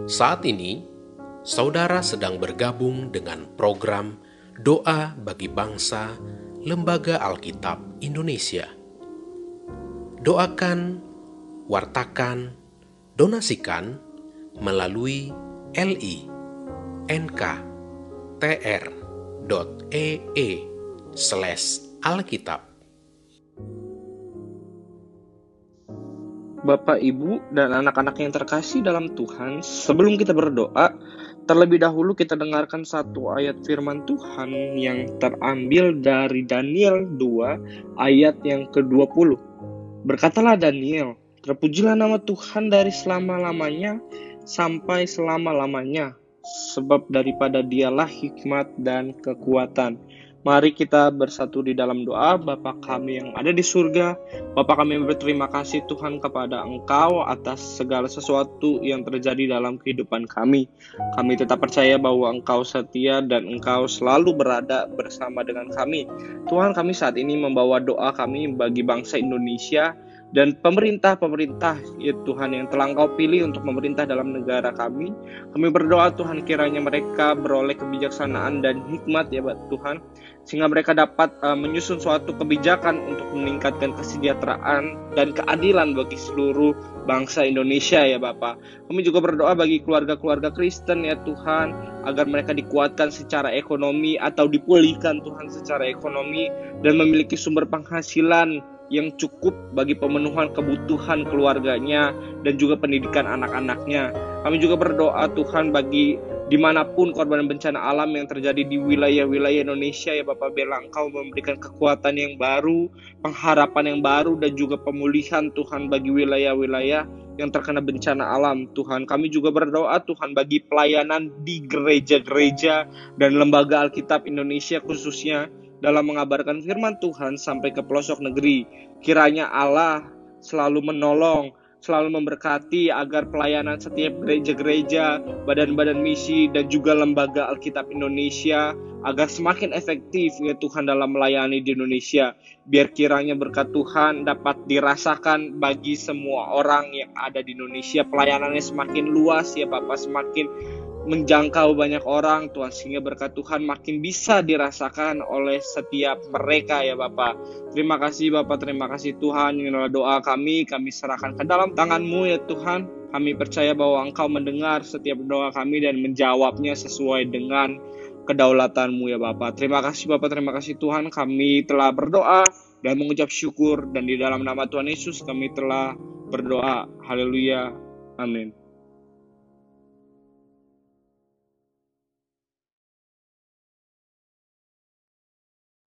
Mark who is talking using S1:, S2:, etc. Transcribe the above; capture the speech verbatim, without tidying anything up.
S1: Saat ini, saudara sedang bergabung dengan program Doa bagi Bangsa Lembaga Alkitab Indonesia. Doakan, wartakan, donasikan melalui li nkr.ee slash alkitab.
S2: Bapak, Ibu, dan anak-anak yang terkasih dalam Tuhan, sebelum kita berdoa, terlebih dahulu kita dengarkan satu ayat firman Tuhan yang terambil dari Daniel dua ayat yang ke dua puluh. Berkatalah Daniel, terpujilah nama Tuhan dari selama-lamanya sampai selama-lamanya, sebab daripada Dialah hikmat dan kekuatan. Mari kita bersatu di dalam doa. Bapa kami yang ada di surga, Bapa kami berterima kasih Tuhan kepada Engkau atas segala sesuatu yang terjadi dalam kehidupan kami. Kami tetap percaya bahwa Engkau setia dan Engkau selalu berada bersama dengan kami. Tuhan, kami saat ini membawa doa kami bagi bangsa Indonesia dan pemerintah-pemerintah ya Tuhan yang telah Engkau pilih untuk memerintah dalam negara kami. Kami berdoa Tuhan kiranya mereka beroleh kebijaksanaan dan hikmat ya Tuhan, sehingga mereka dapat uh, menyusun suatu kebijakan untuk meningkatkan kesejahteraan dan keadilan bagi seluruh bangsa Indonesia ya Bapak. Kami juga berdoa bagi keluarga-keluarga Kristen ya Tuhan, agar mereka dikuatkan secara ekonomi atau dipulihkan Tuhan secara ekonomi dan memiliki sumber penghasilan yang cukup bagi pemenuhan kebutuhan keluarganya dan juga pendidikan anak-anaknya. Kami juga berdoa Tuhan bagi dimanapun korban bencana alam yang terjadi di wilayah-wilayah Indonesia ya Bapak, biarlah Engkau memberikan kekuatan yang baru, pengharapan yang baru dan juga pemulihan Tuhan bagi wilayah-wilayah yang terkena bencana alam. Tuhan, kami juga berdoa Tuhan bagi pelayanan di gereja-gereja dan lembaga Alkitab Indonesia khususnya dalam mengabarkan firman Tuhan sampai ke pelosok negeri. Kiranya Allah selalu menolong, selalu memberkati agar pelayanan setiap gereja-gereja, badan-badan misi, dan juga lembaga Alkitab Indonesia agar semakin efektif ya Tuhan dalam melayani di Indonesia. Biar kiranya berkat Tuhan dapat dirasakan bagi semua orang yang ada di Indonesia. Pelayanannya semakin luas ya Bapak, semakin menjangkau banyak orang Tuhan, sehingga berkat Tuhan makin bisa dirasakan oleh setiap mereka ya Bapak. Terima kasih Bapak, terima kasih Tuhan. Inilah doa kami, kami serahkan ke dalam tangan-Mu ya Tuhan. Kami percaya bahwa Engkau mendengar setiap doa kami dan menjawabnya sesuai dengan kedaulatan-Mu ya Bapak. Terima kasih Bapak, terima kasih Tuhan. Kami telah berdoa dan mengucap syukur, dan di dalam nama Tuhan Yesus kami telah berdoa. Haleluya, amin.